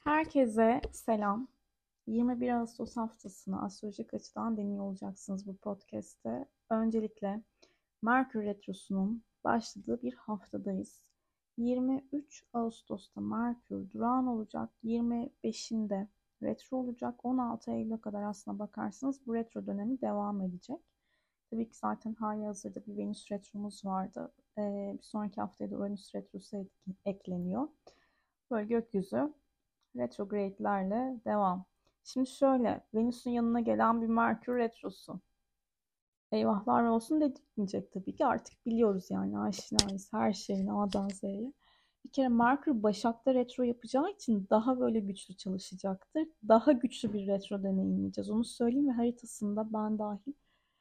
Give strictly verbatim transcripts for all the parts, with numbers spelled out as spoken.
Herkese selam. yirmi bir Ağustos haftasını astrolojik açıdan dinliyor olacaksınız bu podcast'te. Öncelikle Merkür Retrosu'nun başladığı bir haftadayız. yirmi üç Ağustos'ta Merkür durağan olacak. yirmi beşinde retro olacak. on altı Eylül'e kadar aslına bakarsanız bu retro dönemi devam edecek. Tabii ki zaten hali hazırda bir Venüs retromuz vardı. Ee, bir sonraki haftaya da Uranüs retrosu ekleniyor. Böyle gökyüzü retrograde'lerle devam. Şimdi şöyle, Venüs'ün yanına gelen bir Merkür retrosu. Eyvahlar olsun dedirtmeyecek tabii ki. Artık biliyoruz yani aşinayız her şeyin A'dan Z'ye. Bir kere Merkür Başak'ta retro yapacağı için daha böyle güçlü çalışacaktır. Daha güçlü bir retro deneyimleyeceğiz. Onu söyleyeyim ve haritasında ben dahil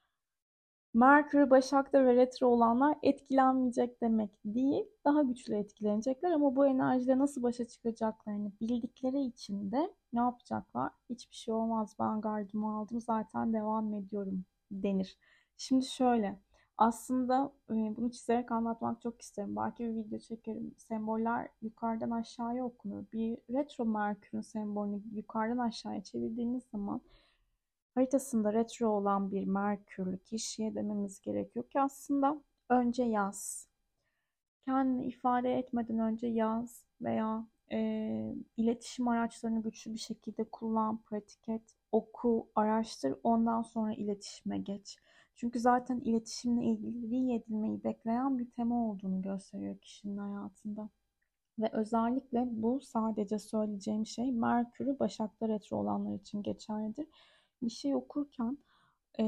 Merkür Başak'ta ve retro olanlar etkilenmeyecek demek değil. Daha güçlü etkilenecekler ama bu enerjiyle nasıl başa çıkacaklarını bildikleri için de ne yapacaklar? Hiçbir şey olmaz, ben gardımı aldım zaten devam ediyorum denir. Şimdi şöyle, aslında e, bunu çizerek anlatmak çok isterim. Belki bir video çekerim. Semboller yukarıdan aşağıya okunur. Bir retro Merkür'ün sembolünü yukarıdan aşağıya çevirdiğiniz zaman haritasında retro olan bir Merkürlü kişiye dememiz gerekiyor ki aslında önce yaz. Kendini ifade etmeden önce yaz veya e, iletişim araçlarını güçlü bir şekilde kullan, pratik et, oku, araştır, ondan sonra iletişime geç. Çünkü zaten iletişimle ilgili edilmeyi bekleyen bir tema olduğunu gösteriyor kişinin hayatında. Ve özellikle bu sadece söyleyeceğim şey Merkür'ü Başak'ta retro olanlar için geçerlidir. Bir şey okurken e,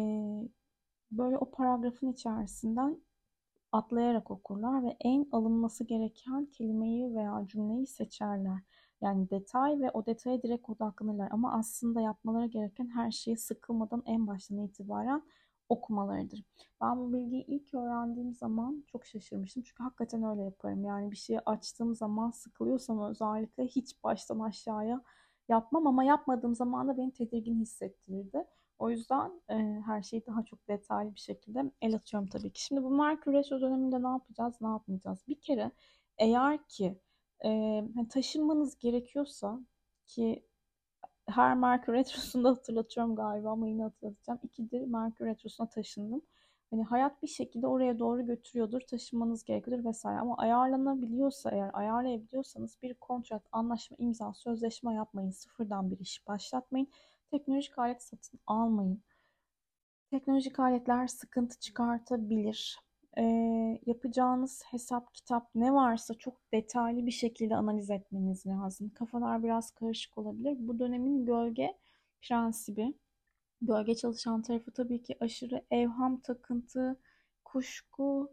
böyle o paragrafın içerisinden atlayarak okurlar ve en alınması gereken kelimeyi veya cümleyi seçerler. Yani detay ve o detaya direkt odaklanırlar. Ama aslında yapmaları gereken her şeyi sıkılmadan en baştan itibaren okumalarıdır. Ben bu bilgiyi ilk öğrendiğim zaman çok şaşırmıştım. Çünkü hakikaten öyle yaparım. Yani bir şeyi açtığım zaman sıkılıyorsam özellikle hiç baştan aşağıya yapmam ama yapmadığım zaman da beni tedirgin hissettirirdi. O yüzden e, her şeyi daha çok detaylı bir şekilde el atıyorum tabii ki. Şimdi bu Merkür Retro döneminde ne yapacağız, ne yapmayacağız? Bir kere eğer ki e, hani taşınmanız gerekiyorsa ki her Merkür Retrosu'nda hatırlatıyorum galiba ama yine hatırlatacağım. İkidir Merkür Retrosu'na taşındım. Hani hayat bir şekilde oraya doğru götürüyordur, taşınmanız gerekiyordur vesaire. Ama ayarlanabiliyorsa eğer ayarlayabiliyorsanız bir kontrat, anlaşma, imza, sözleşme yapmayın. Sıfırdan bir iş başlatmayın. Teknolojik alet satın almayın. Teknolojik aletler sıkıntı çıkartabilir. Ee, yapacağınız hesap kitap ne varsa çok detaylı bir şekilde analiz etmeniz lazım. Kafalar biraz karışık olabilir. Bu dönemin gölge prensibi. Gölge çalışan tarafı tabii ki aşırı evham, takıntı, kuşku.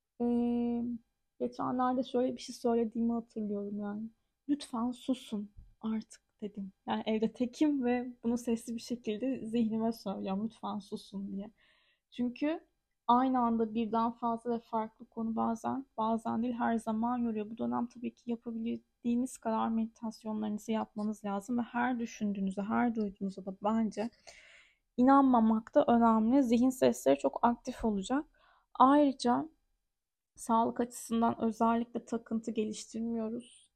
Ee, Geçenlerde şöyle bir şey söylediğimi hatırlıyorum yani. Lütfen susun artık dedim. Yani evde tekim ve bunu sesli bir şekilde zihnime söylüyorum. Lütfen susun diye. Çünkü aynı anda birden fazla ve farklı konu bazen, bazen değil her zaman yoruyor. Bu dönem tabii ki yapabildiğiniz kadar meditasyonlarınızı yapmanız lazım ve her düşündüğünüzde, her duyduğunuzda da bence inanmamak da önemli. Zihin sesleri çok aktif olacak. Ayrıca sağlık açısından özellikle takıntı geliştirmiyoruz.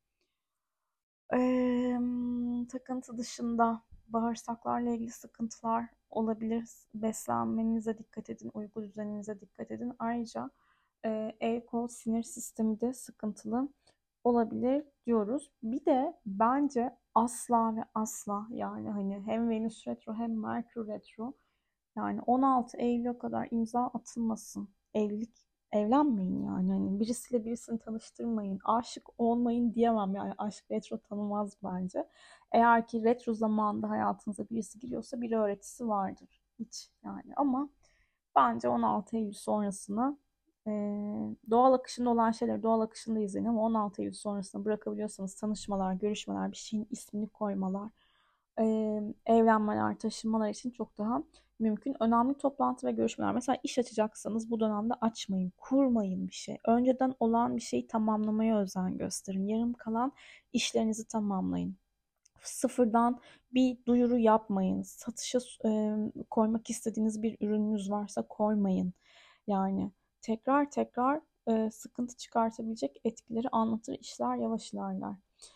Ee, Takıntı dışında bağırsaklarla ilgili sıkıntılar olabilir. Beslenmenize dikkat edin, uyku düzeninize dikkat edin. Ayrıca e, el kol sinir sistemi de sıkıntılı olabilir diyoruz. Bir de bence asla ve asla yani hani hem Venüs retro hem Merkür retro yani on altı Eylül'e kadar imza atılmasın. Evlilik evlenmeyin yani. Hani birisiyle birisini tanıştırmayın. Aşık olmayın diyemem yani. Aşk retro tanımaz bence. Eğer ki retro zamanında hayatınıza birisi giriyorsa bir öğretisi vardır. Hiç yani ama bence on altı Eylül sonrasını e, doğal akışında olan şeyleri doğal akışında izleyin ama on altı Eylül sonrasını bırakabiliyorsanız tanışmalar, görüşmeler, bir şeyin ismini koymalar, e, evlenmeler, taşınmalar için çok daha mümkün. Önemli toplantı ve görüşmeler. Mesela iş açacaksanız bu dönemde açmayın, kurmayın bir şey. Önceden olan bir şeyi tamamlamaya özen gösterin. Yarım kalan işlerinizi tamamlayın. Sıfırdan bir duyuru yapmayın. Satışa e, koymak istediğiniz bir ürününüz varsa koymayın. Yani tekrar tekrar e, sıkıntı çıkartabilecek etkileri anlatır, işler yavaş ilerler.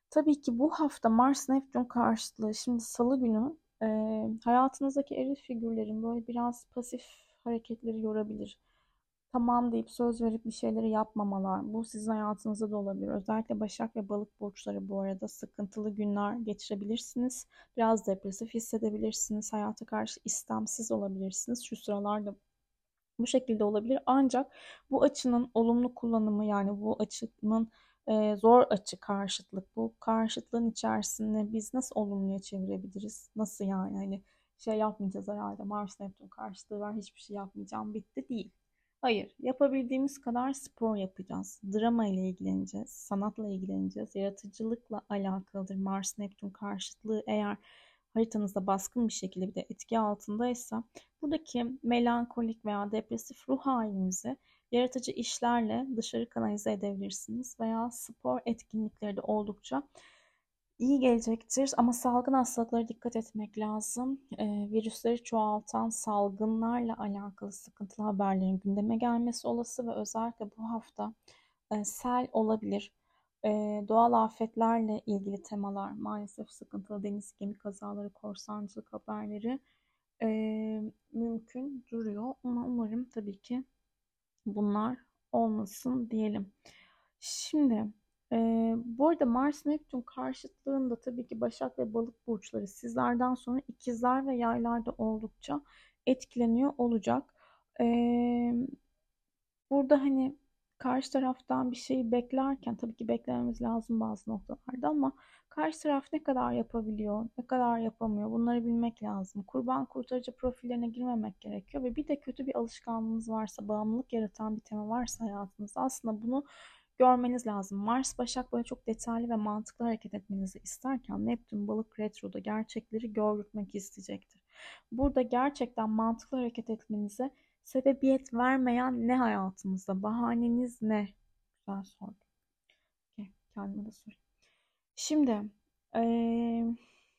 Tabii ki bu hafta Mars Neptün karşıtlığı şimdi Salı günü e, hayatınızdaki eril figürlerin böyle biraz pasif hareketleri yorabilir. Tamam deyip söz verip bir şeyleri yapmamalar. Bu sizin hayatınızda da olabilir. Özellikle Başak ve Balık burçları bu arada sıkıntılı günler geçirebilirsiniz. Biraz depresif hissedebilirsiniz. Hayata karşı istemsiz olabilirsiniz. Şu sıralarda bu şekilde olabilir. Ancak bu açının olumlu kullanımı, yani bu açının e, zor açı karşıtlık. Bu karşıtlığın içerisinde biz nasıl olumluya çevirebiliriz? Nasıl yani? Hani şey yapmayacağız herhalde. Mars Neptün karşıtlığı var. Hiçbir şey yapmayacağım. Bitti değil. Hayır. Yapabildiğimiz kadar spor yapacağız. Drama ile ilgileneceğiz. Sanatla ilgileneceğiz. Yaratıcılıkla alakalıdır. Mars Neptün karşıtlığı eğer haritanızda baskın bir şekilde bir de etki altındaysa buradaki melankolik veya depresif ruh halinizi yaratıcı işlerle dışarı kanalize edebilirsiniz veya spor etkinlikleri de oldukça iyi gelecektir. Ama salgın hastalıklara dikkat etmek lazım. Ee, virüsleri çoğaltan salgınlarla alakalı sıkıntılı haberlerin gündeme gelmesi olası ve özellikle bu hafta e, sel olabilir. E, doğal afetlerle ilgili temalar maalesef sıkıntılı, deniz gemi kazaları, korsancılık haberleri e, mümkün duruyor. Ama umarım tabii ki bunlar olmasın diyelim. Şimdi e, bu arada Mars Neptün karşıtlığında tabii ki Başak ve Balık burçları sizlerden sonra ikizler ve yaylarda oldukça etkileniyor olacak. E, Burada hani karşı taraftan bir şeyi beklerken tabii ki beklememiz lazım bazı noktalarda, ama karşı taraf ne kadar yapabiliyor, ne kadar yapamıyor, bunları bilmek lazım. Kurban kurtarıcı profillerine girmemek gerekiyor ve bir de kötü bir alışkanlığınız varsa, bağımlılık yaratan bir tema varsa hayatınızda, aslında bunu görmeniz lazım. Mars Başak böyle çok detaylı ve mantıklı hareket etmenizi isterken Neptün Balık retroda gerçekleri görmek isteyecektir. Burada gerçekten mantıklı hareket etmenize sebebiyet vermeyen ne hayatımızda? Bahaneniz ne? Güzel soru. Okay, kendime de sorayım. Şimdi eee,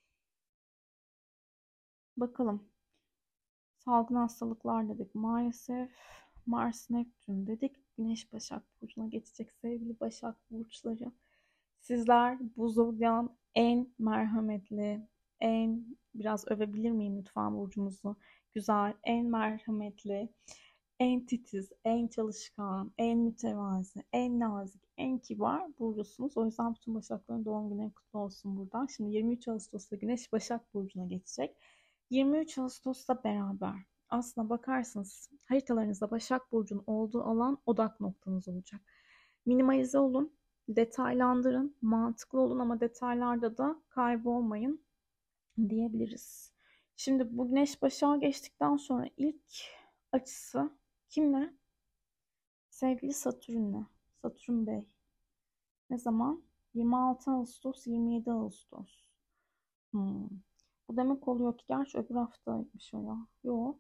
bakalım. Salgın hastalıklar dedik. Maalesef Mars Neptün dedik. Güneş Başak Burcu'na geçecek sevgili Başak Burçları. Sizler bu zodyan en merhametli, en biraz övebilir miyim lütfen burcunuzu? Güzel, en merhametli, en titiz, en çalışkan, en mütevazi, en nazik, en kibar burcusunuz. O yüzden bütün Başakların doğum günü kutlu olsun buradan. Şimdi yirmi üç Ağustos'ta Güneş Başak Burcu'na geçecek. yirmi üç Ağustos'ta beraber aslına bakarsanız haritalarınızda Başak Burcu'nun olduğu alan odak noktanız olacak. Minimalize olun, detaylandırın, mantıklı olun ama detaylarda da kaybolmayın diyebiliriz. Şimdi bu Güneş Başak'a geçtikten sonra ilk açısı kimle? Sevgili Satürn'le. Satürn Bey. Ne zaman? yirmi altı Ağustos, yirmi yedi Ağustos. Hmm. Bu demek oluyor ki, gerçi öbür haftaymış o ya. Yo,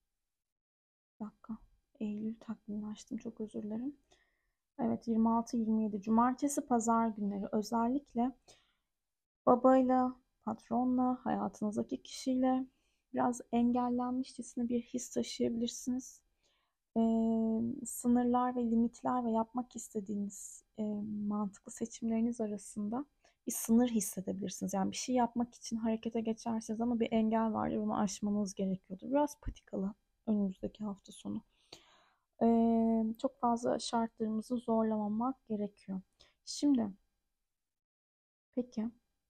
bir dakika. Eylül takvimini açtım. Çok özür dilerim. Evet, yirmi altı yirmi yedi. Cumartesi, pazar günleri özellikle babayla, patronla, hayatınızdaki kişiyle biraz engellenmişçesine bir his taşıyabilirsiniz. Ee, sınırlar ve limitler ve yapmak istediğiniz e, mantıklı seçimleriniz arasında bir sınır hissedebilirsiniz. Yani bir şey yapmak için harekete geçersiniz ama bir engel vardır, bunu aşmanız gerekiyordur. Biraz patikalı önümüzdeki hafta sonu. Ee, çok fazla şartlarımızı zorlamamak gerekiyor. Şimdi peki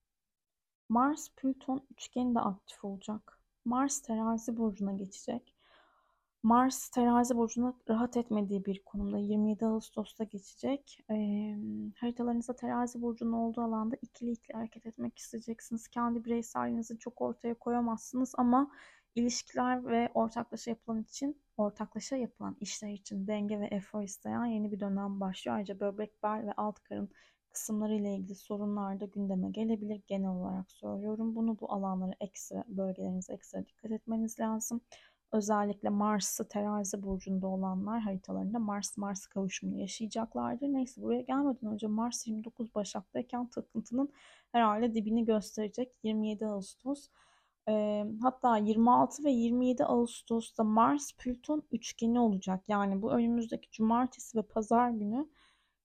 Mars Plüton üçgeni de aktif olacak. Mars Terazi burcuna geçecek. Mars Terazi burcuna rahat etmediği bir konumda yirmi yedi Ağustos'ta geçecek. Ee, haritalarınızda Terazi burcunun olduğu alanda ikili ikili hareket etmek isteyeceksiniz. Kendi bireyselliğinizi çok ortaya koyamazsınız ama ilişkiler ve ortaklaşa yapılan için, ortaklaşa yapılan işler için denge ve efor isteyen yeni bir dönem başlıyor. Ayrıca böbrek, bel ve alt karın kısımları ile ilgili sorunlar da gündeme gelebilir. Genel olarak söylüyorum bunu. Bu alanlara ekstra, bölgelerinize ekstra dikkat etmeniz lazım. Özellikle Mars'ı Terazi burcunda olanlar haritalarında Mars-Mars kavuşumunu yaşayacaklardır. Neyse, buraya gelmeden önce Mars yirmi dokuz Başak'tayken takıntının herhalde dibini gösterecek. yirmi yedi Ağustos. E, hatta yirmi altı ve yirmi yedi Ağustos'ta Mars Plüton üçgeni olacak. Yani bu önümüzdeki cumartesi ve pazar günü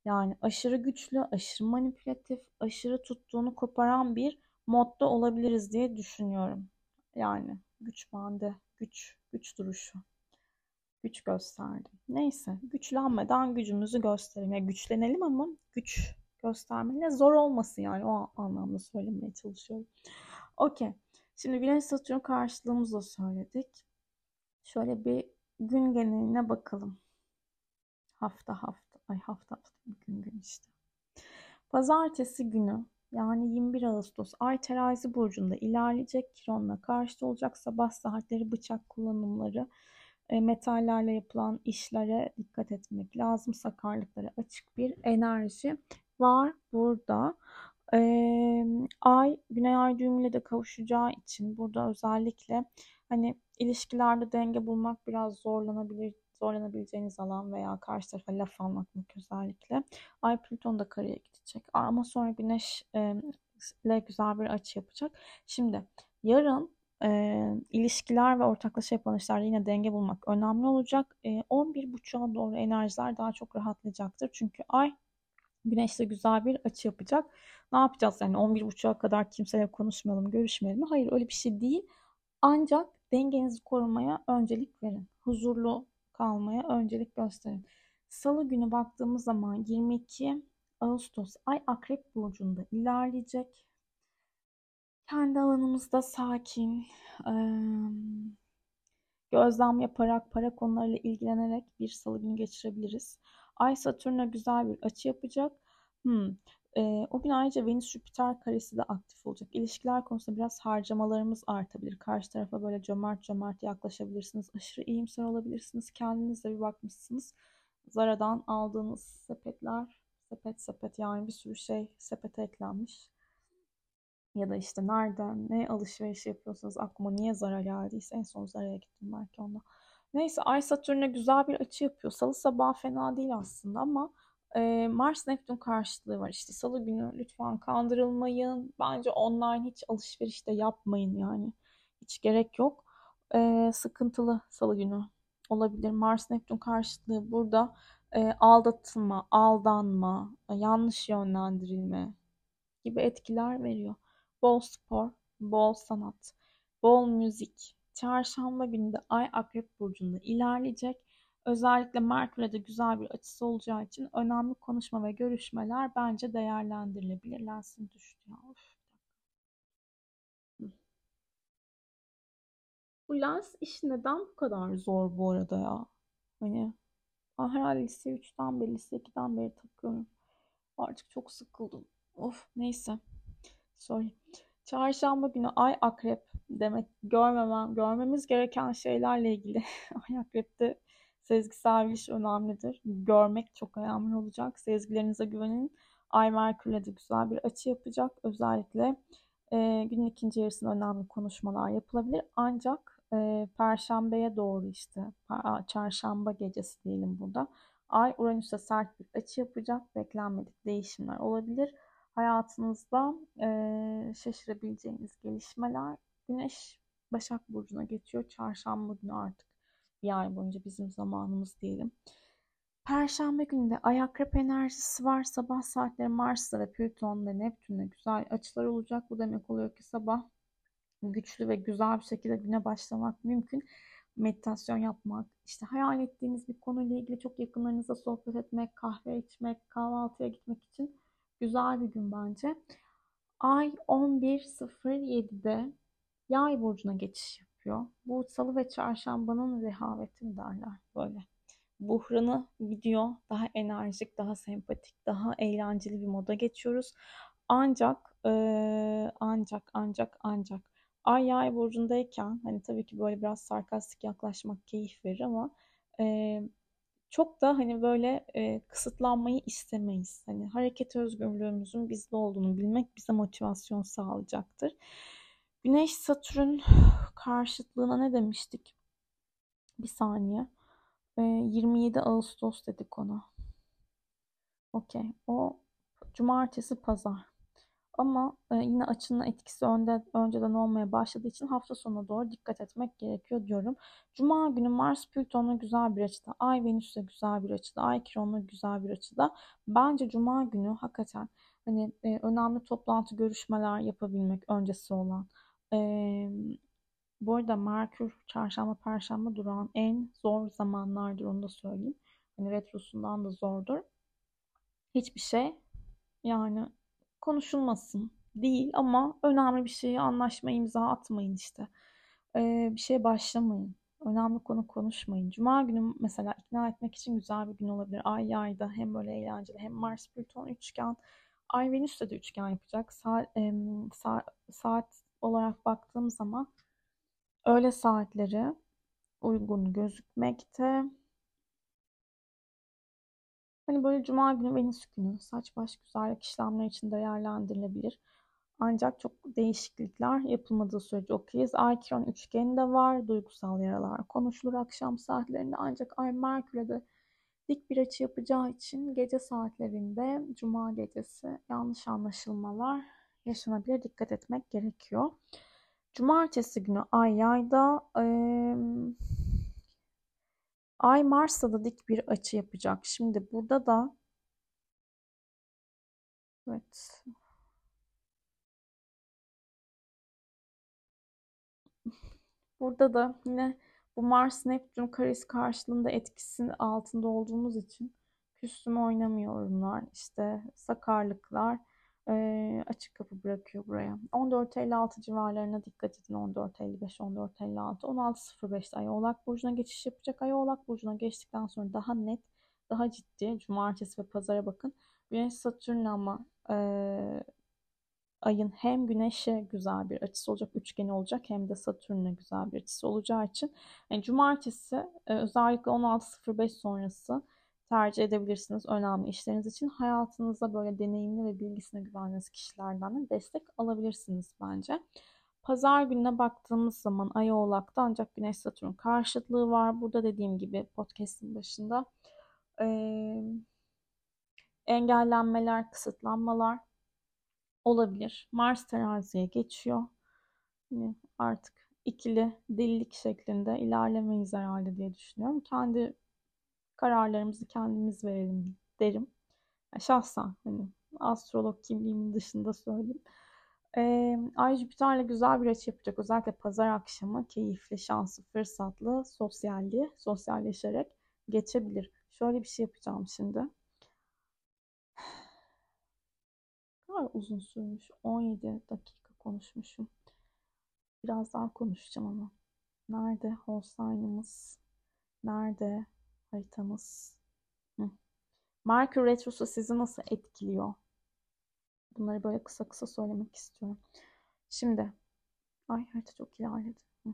Yani aşırı güçlü, aşırı manipülatif, aşırı tuttuğunu koparan bir modda olabiliriz diye düşünüyorum. Yani güç bende, güç, güç duruşu, güç gösterdim. Neyse, güçlenmeden gücümüzü gösterelim. Yani güçlenelim ama güç göstermeyle zor olmasın yani o anlamda söylemeye çalışıyorum. Okey. Şimdi Güneş Satürn karşıtlığımızı da söyledik. Şöyle bir gün geneline bakalım. Hafta hafta, ay hafta hafta gün gün işte. Pazartesi günü yani yirmi bir Ağustos Ay Terazi burcunda ilerleyecek. Kiron'la karşıt olacak. Sabah saatleri bıçak kullanımları, e, metallerle yapılan işlere dikkat etmek lazım. Sakarlıklara açık bir enerji var burada. Ee, Ay Güney Ay düğümüyle de kavuşacağı için burada özellikle hani ilişkilerde denge bulmak biraz zorlanabilir zorlanabileceğiniz alan veya karşı tarafa laf anlatmak özellikle. Ay Plüton da kareye gidecek ama sonra Güneş e, ile güzel bir açı yapacak. Şimdi yarın e, ilişkiler ve ortaklaşa yapılan işlerde yine denge bulmak önemli olacak. E, on bir buçuğa doğru enerjiler daha çok rahatlayacaktır. Çünkü Ay Güneş'le güzel bir açı yapacak. Ne yapacağız yani on bir buçuğa kadar kimseyle konuşmayalım, görüşmeyelim mi? Hayır öyle bir şey değil. Ancak dengenizi korumaya öncelik verin. Huzurlu kalmaya öncelik gösterin. Salı günü baktığımız zaman yirmi iki Ağustos Ay Akrep Burcu'nda ilerleyecek. Kendi alanımızda sakin, gözlem yaparak, para konularıyla ilgilenerek bir salı günü geçirebiliriz. Ay Satürn'e güzel bir açı yapacak. Hmm. E, o gün ayrıca Venüs-Jüpiter karesi de aktif olacak. İlişkiler konusunda biraz harcamalarımız artabilir. Karşı tarafa böyle cömert cömert yaklaşabilirsiniz. Aşırı iyimser olabilirsiniz. Kendinize bir bakmışsınız. Zara'dan aldığınız sepetler, sepet sepet yani bir sürü şey sepete eklenmiş. Ya da işte nereden ne alışveriş yapıyorsanız aklıma niye Zara geldiyse en son Zara'ya gittim belki onda. Neyse Ay Satürn'e güzel bir açı yapıyor. Salı sabahı fena değil aslında ama e, Mars Neptün karşıtlığı var. İşte Salı günü lütfen kandırılmayın. Bence online hiç alışveriş de yapmayın yani. Hiç gerek yok. E, sıkıntılı Salı günü olabilir. Mars Neptün karşıtlığı burada e, aldatılma, aldanma, yanlış yönlendirilme gibi etkiler veriyor. Bol spor, bol sanat, bol müzik. Çarşamba günü de Ay Akrep Burcu'nda ilerleyecek. Özellikle Merkür'e de güzel bir açısı olacağı için önemli konuşma ve görüşmeler bence değerlendirilebilir. Lensin düştü ya. Of. Bu lens işi neden bu kadar zor bu arada ya? Hani ben herhalde lise üçten beri, lise ikiden beri takıyorum. Artık çok sıkıldım. Of neyse. Sorry. Çarşamba günü Ay Akrep demek görmemem, görmemiz gereken şeylerle ilgili. Ay Akrep'te sezgisel bir iş önemlidir. Görmek çok önemli olacak. Sezgilerinize güvenin. Ay Merkür'le de güzel bir açı yapacak. Özellikle e, günün ikinci yarısında önemli konuşmalar yapılabilir. Ancak e, Perşembeye doğru işte Çarşamba gecesi diyelim burada. Ay Uranüs'e sert bir açı yapacak. Beklenmedik değişimler olabilir. Hayatınızda e, şaşırabileceğiniz gelişmeler. Güneş Başak Burcu'na geçiyor. Çarşamba günü artık bir ay boyunca bizim zamanımız diyelim. Perşembe günü de Ay Akrep enerjisi var. Sabah saatleri Mars'la ve Plüton'la Neptün'le güzel açılar olacak. Bu demek oluyor ki sabah güçlü ve güzel bir şekilde güne başlamak mümkün. Meditasyon yapmak, işte hayal ettiğiniz bir konuyla ilgili çok yakınlarınızla sohbet etmek, kahve içmek, kahvaltıya gitmek için güzel bir gün bence. Ay on bir sıfır yedide Yay burcuna geçiş yapıyor. Bu salı ve çarşambanın rehaveti mi derler böyle. Buhranı gidiyor. Daha enerjik, daha sempatik, daha eğlenceli bir moda geçiyoruz. Ancak eee, ancak ancak ancak Ay Yay burcundayken hani tabii ki böyle biraz sarkastik yaklaşmak keyif verir ama eee, çok da hani böyle eee, kısıtlanmayı istemeyiz. Hani hareket özgürlüğümüzün bizde olduğunu bilmek bize motivasyon sağlayacaktır. Güneş Satürn karşıtlığına ne demiştik? Bir saniye. Ee, yirmi yedi Ağustos dedik ona. Okey. O cumartesi pazar. ama e, yine açının etkisi önde, önceden olmaya başladığı için hafta sonuna doğru dikkat etmek gerekiyor diyorum. Cuma günü Mars Plüton'la güzel bir açıda, Ay Venüs'le güzel bir açıda, Ay Kiron'la güzel bir açıda. Bence Cuma günü hakikaten hani e, önemli toplantı görüşmeler yapabilmek öncesi olan. E, Bu arada Merkür Çarşamba Perşembe duran en zor zamanlardır, onu da söyleyeyim. Hani retrosundan da zordur. Hiçbir şey yani konuşulmasın değil ama önemli bir şeye anlaşma imza atmayın işte. Ee, bir şeye başlamayın. Önemli konu konuşmayın. Cuma günü mesela ikna etmek için güzel bir gün olabilir. Ay yayda hem böyle eğlenceli hem Mars Plüton üçgen. Ay Venüs'te de üçgen yapacak. Saat, em, sa- saat olarak baktığım zaman öğle saatleri uygun gözükmekte. Hani böyle cuma günü Venüs günü saç baş güzellik işlemleri için değerlendirilebilir. Ancak çok değişiklikler yapılmadığı sürece okeyiz. Ay Kiron üçgeni de var. Duygusal yaralar konuşulur akşam saatlerinde. Ancak Ay Merkür'e de dik bir açı yapacağı için gece saatlerinde cuma gecesi yanlış anlaşılmalar yaşanabilir. Dikkat etmek gerekiyor. Cumartesi günü Ay Yay'da eee, Ay Mars'ta da dik bir açı yapacak. Şimdi burada da evet. Burada da yine bu Mars Neptün karesi karşılığında etkisinin altında olduğumuz için küstüm oynamıyorlar. İşte sakarlıklar eee, açık kapı bırakıyor buraya. on dört elli altı civarlarına dikkat edin. on dört elli beş, on dört elli altı, on altı sıfır beşte Ay Oğlak Burcu'na geçiş yapacak. Ay Oğlak Burcu'na geçtikten sonra daha net, daha ciddi cumartesi ve pazara bakın. Güneş Satürn ama eee Ayın hem Güneş'e güzel bir açısı olacak, üçgeni olacak hem de Satürn'e güzel bir açısı olacağı için yani cumartesi e, özellikle on altı sıfır beş sonrası tercih edebilirsiniz önemli işleriniz için. Hayatınızda böyle deneyimli ve bilgisine güvendiğiniz kişilerden de destek alabilirsiniz bence. Pazar gününe baktığımız zaman Ay Oğlak'ta ancak Güneş Satürn karşıtlığı var. Burada dediğim gibi podcast'in başında e, engellenmeler, kısıtlanmalar olabilir. Mars teraziye geçiyor. Yani artık ikili delilik şeklinde ilerlemeyiz herhalde diye düşünüyorum. Kendi kararlarımızı kendimiz verelim derim. Yani şahsen hani astrolog kimliğimin dışında söyleyeyim. Ee, Ay Jüpiter'le güzel bir açı yapacak. Özellikle pazar akşamı keyifli, şanslı, fırsatlı, sosyalliği, sosyalleşerek geçebilir. Şöyle bir şey yapacağım şimdi. Ne kadar uzun sürmüş. on yedi dakika konuşmuşum. Biraz daha konuşacağım ama. Nerede Holstein'ımız? Nerede haritamız? Hı. Merkür Retrosu sizi nasıl etkiliyor? Bunları böyle kısa kısa söylemek istiyorum. Şimdi, ay harita çok ilerledi. Hı.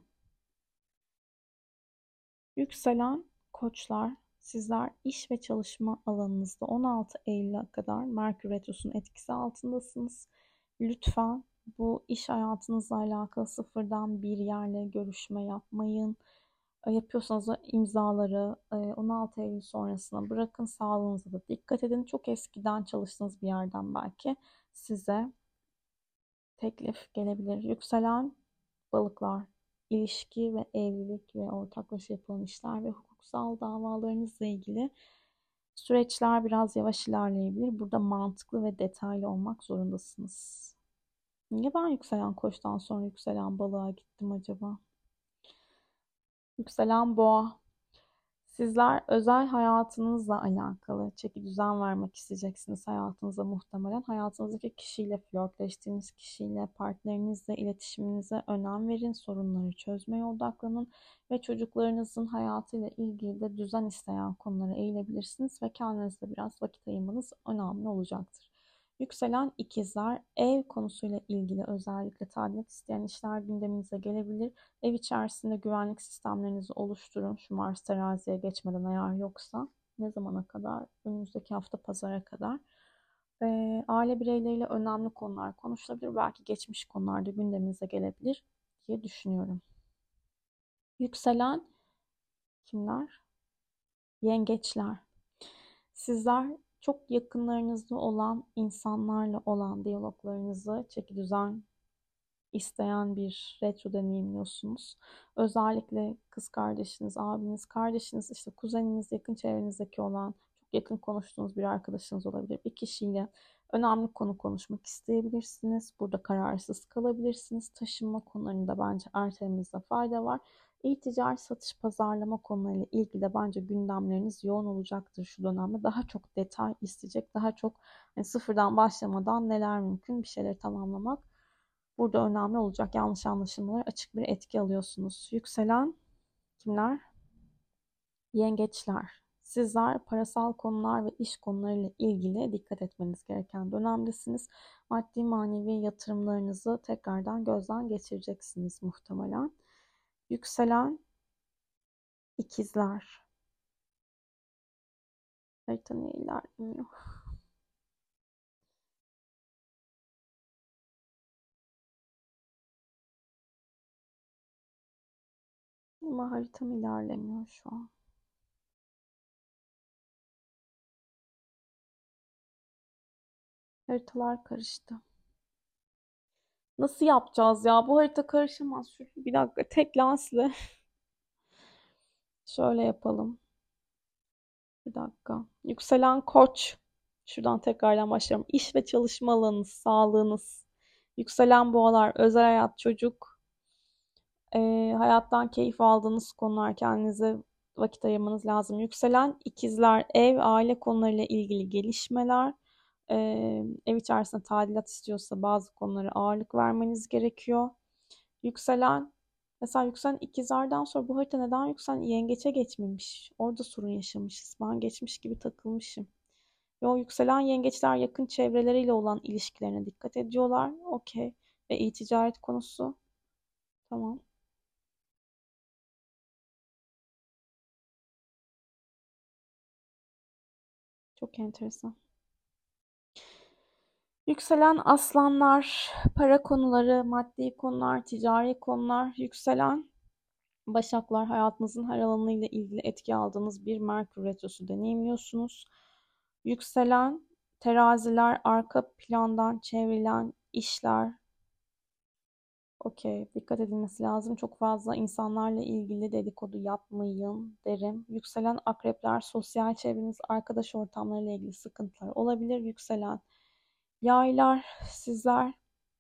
Yükselen koçlar, sizler iş ve çalışma alanınızda on altı Eylül'e kadar Merkür Retrosu'nun etkisi altındasınız. Lütfen bu iş hayatınızla alakalı sıfırdan bir yerle görüşme yapmayın. E, Yapıyorsanız da imzaları e, on altı Eylül sonrasına bırakın. Sağlığınıza da dikkat edin. Çok eskiden çalıştığınız bir yerden belki size teklif gelebilir. Yükselen balıklar, ilişki ve evlilik ve ortaklaşa yapılan işler ve hukuksal davalarınızla ilgili süreçler biraz yavaş ilerleyebilir. Burada mantıklı ve detaylı olmak zorundasınız. Niye ben yükselen koçtan sonra yükselen balığa gittim acaba? Yükselen boğa. Sizler özel hayatınızla alakalı çeki düzen vermek isteyeceksiniz hayatınıza muhtemelen. Hayatınızdaki kişiyle, flörtleştiğiniz kişiyle, partnerinizle iletişiminize önem verin. Sorunları çözmeye odaklanın ve çocuklarınızın hayatıyla ilgili de düzen isteyen konulara eğilebilirsiniz ve kendinize biraz vakit ayırmanız önemli olacaktır. Yükselen ikizler ev konusuyla ilgili özellikle tadilat isteyen işler gündeminize gelebilir. Ev içerisinde güvenlik sistemlerinizi oluşturun. Şu Mars teraziye geçmeden eğer yoksa ne zamana kadar? Önümüzdeki hafta pazara kadar. Ee, aile bireyleriyle önemli konular konuşulabilir. Belki geçmiş konularda gündeminize gelebilir diye düşünüyorum. Yükselen kimler? Yengeçler. Sizler çok yakınlarınızda olan insanlarla olan diyaloglarınızı çekidüzen isteyen bir retro deneyimliyorsunuz. Özellikle kız kardeşiniz, abiniz, kardeşiniz, işte kuzeniniz, yakın çevrenizdeki olan çok yakın konuştuğunuz bir arkadaşınız olabilir. Bir kişiyle önemli konu konuşmak isteyebilirsiniz. Burada kararsız kalabilirsiniz. Taşınma konularında bence ertelememizde fayda var. İ-ticaret, satış, pazarlama konularıyla ilgili de bence gündemleriniz yoğun olacaktır şu dönemde. Daha çok detay isteyecek, daha çok hani sıfırdan başlamadan neler mümkün bir şeyleri tamamlamak burada önemli olacak. Yanlış anlaşılmalara açık bir etki alıyorsunuz. Yükselen kimler? Yengeçler. Sizler parasal konular ve iş konularıyla ilgili dikkat etmeniz gereken dönemdesiniz. Maddi manevi yatırımlarınızı tekrardan gözden geçireceksiniz muhtemelen. Yükselen ikizler. Harita niye ilerlemiyor? Ama haritam ilerlemiyor şu an. Haritalar karıştı. Nasıl yapacağız ya? Bu harita karışamaz. Şu, bir dakika tek lensle. Şöyle yapalım. Bir dakika. Yükselen koç. Şuradan tekrardan başlayalım. İş ve çalışma alanınız, sağlığınız. Yükselen boğalar, özel hayat, çocuk. E, hayattan keyif aldığınız konular, kendinize vakit ayırmanız lazım. Yükselen ikizler, ev, aile konularıyla ilgili gelişmeler. E, ev içerisinde tadilat istiyorsa bazı konulara ağırlık vermeniz gerekiyor. Yükselen, mesela yükselen ikizlerden sonra bu harita neden yükselen yengeçe geçmemiş? Orada sorun yaşamışız. Ben geçmiş gibi takılmışım. Ve o yükselen yengeçler yakın çevreleriyle olan ilişkilerine dikkat ediyorlar. Okey. Ve i-ticaret konusu. Tamam. Çok enteresan. Yükselen aslanlar, para konuları, maddi konular, ticari konular. Yükselen başaklar, hayatınızın her alanıyla ilgili etki aldığınız bir Merkür Retrosu deneyimliyorsunuz. Yükselen teraziler, arka plandan çevrilen işler. Okey, dikkat edilmesi lazım. Çok fazla insanlarla ilgili dedikodu yapmayın derim. Yükselen akrepler, sosyal çevreniz, arkadaş ortamlarıyla ilgili sıkıntılar olabilir. Yükselen yaylar, sizler,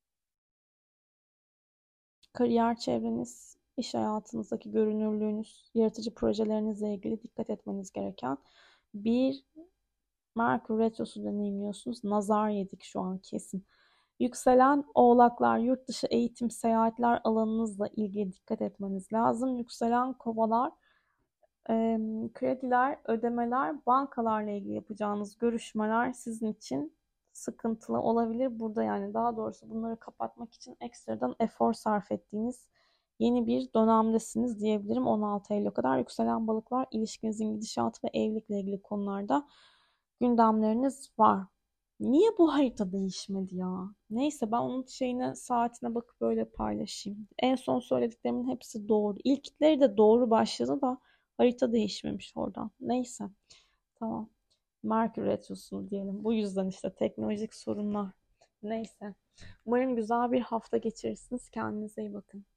kariyer çevreniz, iş hayatınızdaki görünürlüğünüz, yaratıcı projelerinizle ilgili dikkat etmeniz gereken bir Merkür Retrosu deneyimliyorsunuz. Nazar yedik şu an kesin. Yükselen oğlaklar, yurt dışı eğitim, seyahatler alanınızla ilgili dikkat etmeniz lazım. Yükselen kovalar, e, krediler, ödemeler, bankalarla ilgili yapacağınız görüşmeler sizin için sıkıntılı olabilir. Burada yani daha doğrusu bunları kapatmak için ekstradan efor sarf ettiğiniz yeni bir dönemdesiniz diyebilirim. on altı Eylül'e kadar yükselen balıklar, ilişkinizin gidişatı ve evlilikle ilgili konularda gündemleriniz var. Niye bu harita değişmedi ya? Neyse ben onun şeyine saatine bakıp böyle paylaşayım. En son söylediklerimin hepsi doğru. İlkleri de doğru başladı da harita değişmemiş oradan. Neyse. Tamam. Merkür Retrosu diyelim. Bu yüzden işte teknolojik sorunlar. Neyse. Umarım güzel bir hafta geçirirsiniz. Kendinize iyi bakın.